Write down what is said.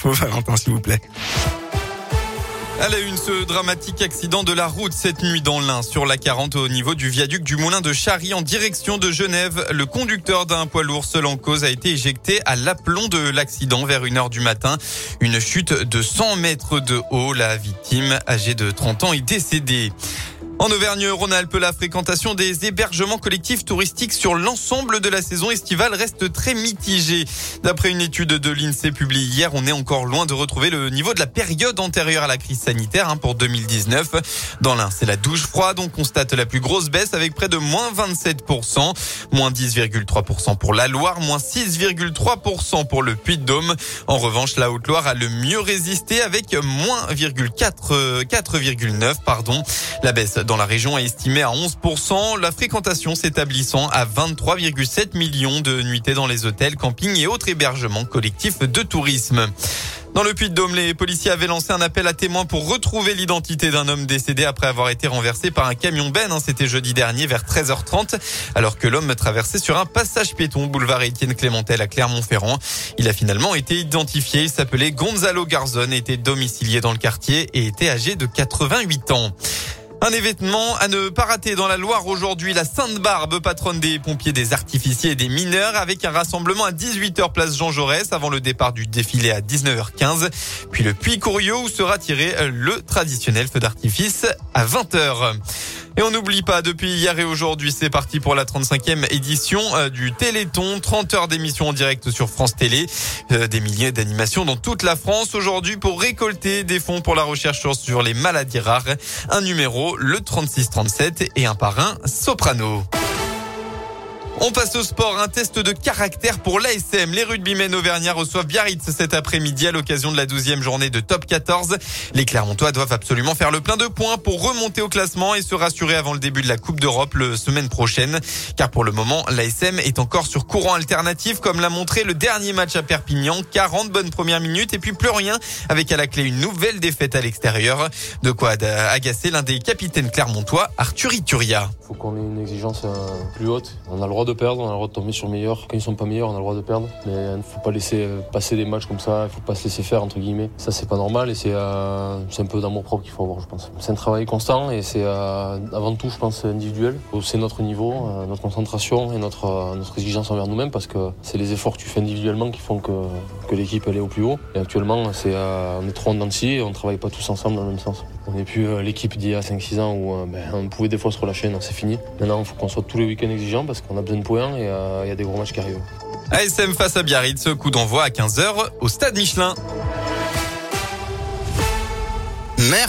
info, Valentin, s'il vous plaît. À la une, ce dramatique accident de la route cette nuit dans l'Ain sur la 40 au niveau du viaduc du Moulin de Charry en direction de Genève. Le conducteur d'un poids lourd seul en cause a été éjecté à l'aplomb de l'accident vers 1h du matin. Une chute de 100 mètres de haut. La victime, âgée de 30 ans, est décédée. En Auvergne-Rhône-Alpes, la fréquentation des hébergements collectifs touristiques sur l'ensemble de la saison estivale reste très mitigée. D'après une étude de l'INSEE publiée hier, on est encore loin de retrouver le niveau de la période antérieure à la crise sanitaire pour 2019. Dans l'Ain, c'est la douche froide. On constate la plus grosse baisse avec près de moins 27%, moins 10,3% pour la Loire, moins 6,3% pour le Puy-de-Dôme. En revanche, la Haute-Loire a le mieux résisté avec moins 4,9%. La baisse dans la région est estimée à 11%, la fréquentation s'établissant à 23,7 millions de nuitées dans les hôtels, campings et autres hébergements collectifs de tourisme. Dans le Puy-de-Dôme, les policiers avaient lancé un appel à témoins pour retrouver l'identité d'un homme décédé après avoir été renversé par un camion benne. C'était jeudi dernier vers 13h30, alors que l'homme traversait sur un passage piéton, boulevard Étienne Clémentel à Clermont-Ferrand. Il a finalement été identifié. Il s'appelait Gonzalo Garzón, était domicilié dans le quartier et était âgé de 88 ans. Un événement à ne pas rater dans la Loire aujourd'hui, la Sainte-Barbe, patronne des pompiers, des artificiers et des mineurs, avec un rassemblement à 18h place Jean Jaurès avant le départ du défilé à 19h15. Puis le Puy-Couriau où sera tiré le traditionnel feu d'artifice à 20h. Et on n'oublie pas, depuis hier et aujourd'hui, c'est parti pour la 35e édition du Téléthon. 30 heures d'émissions en direct sur France Télé. Des milliers d'animations dans toute la France aujourd'hui pour récolter des fonds pour la recherche sur les maladies rares. Un numéro, le 3637 et un parrain soprano. On passe au sport, un test de caractère pour l'ASM. Les rugbymen auvergnats reçoivent Biarritz cet après-midi à l'occasion de la 12e journée de Top 14. Les Clermontois doivent absolument faire le plein de points pour remonter au classement et se rassurer avant le début de la Coupe d'Europe la semaine prochaine. Car pour le moment, l'ASM est encore sur courant alternatif comme l'a montré le dernier match à Perpignan. 40 bonnes premières minutes et puis plus rien avec à la clé une nouvelle défaite à l'extérieur. De quoi agacer l'un des capitaines clermontois, Arthur Ituria. Il faut qu'on ait une exigence plus haute. On a le droit de perdre, on a le droit de tomber sur le meilleur. Quand ils sont pas meilleurs, on a le droit de perdre. Mais il ne faut pas laisser passer des matchs comme ça, il faut pas se laisser faire, entre guillemets. Ça, c'est pas normal et c'est un peu d'amour propre qu'il faut avoir, je pense. C'est un travail constant et c'est avant tout, je pense, individuel. C'est notre niveau, notre concentration et notre exigence envers nous-mêmes parce que c'est les efforts que tu fais individuellement qui font que l'équipe elle est au plus haut. Et actuellement, on est trop en dents de scie et on travaille pas tous ensemble dans le même sens. On n'est plus l'équipe d'il y a 5-6 ans où on pouvait des fois se relâcher, non, c'est fini. Maintenant, il faut qu'on soit tous les week-ends exigeants parce qu'on a besoin de points et il y a des gros matchs qui arrivent. ASM face à Biarritz, coup d'envoi à 15h au stade Michelin.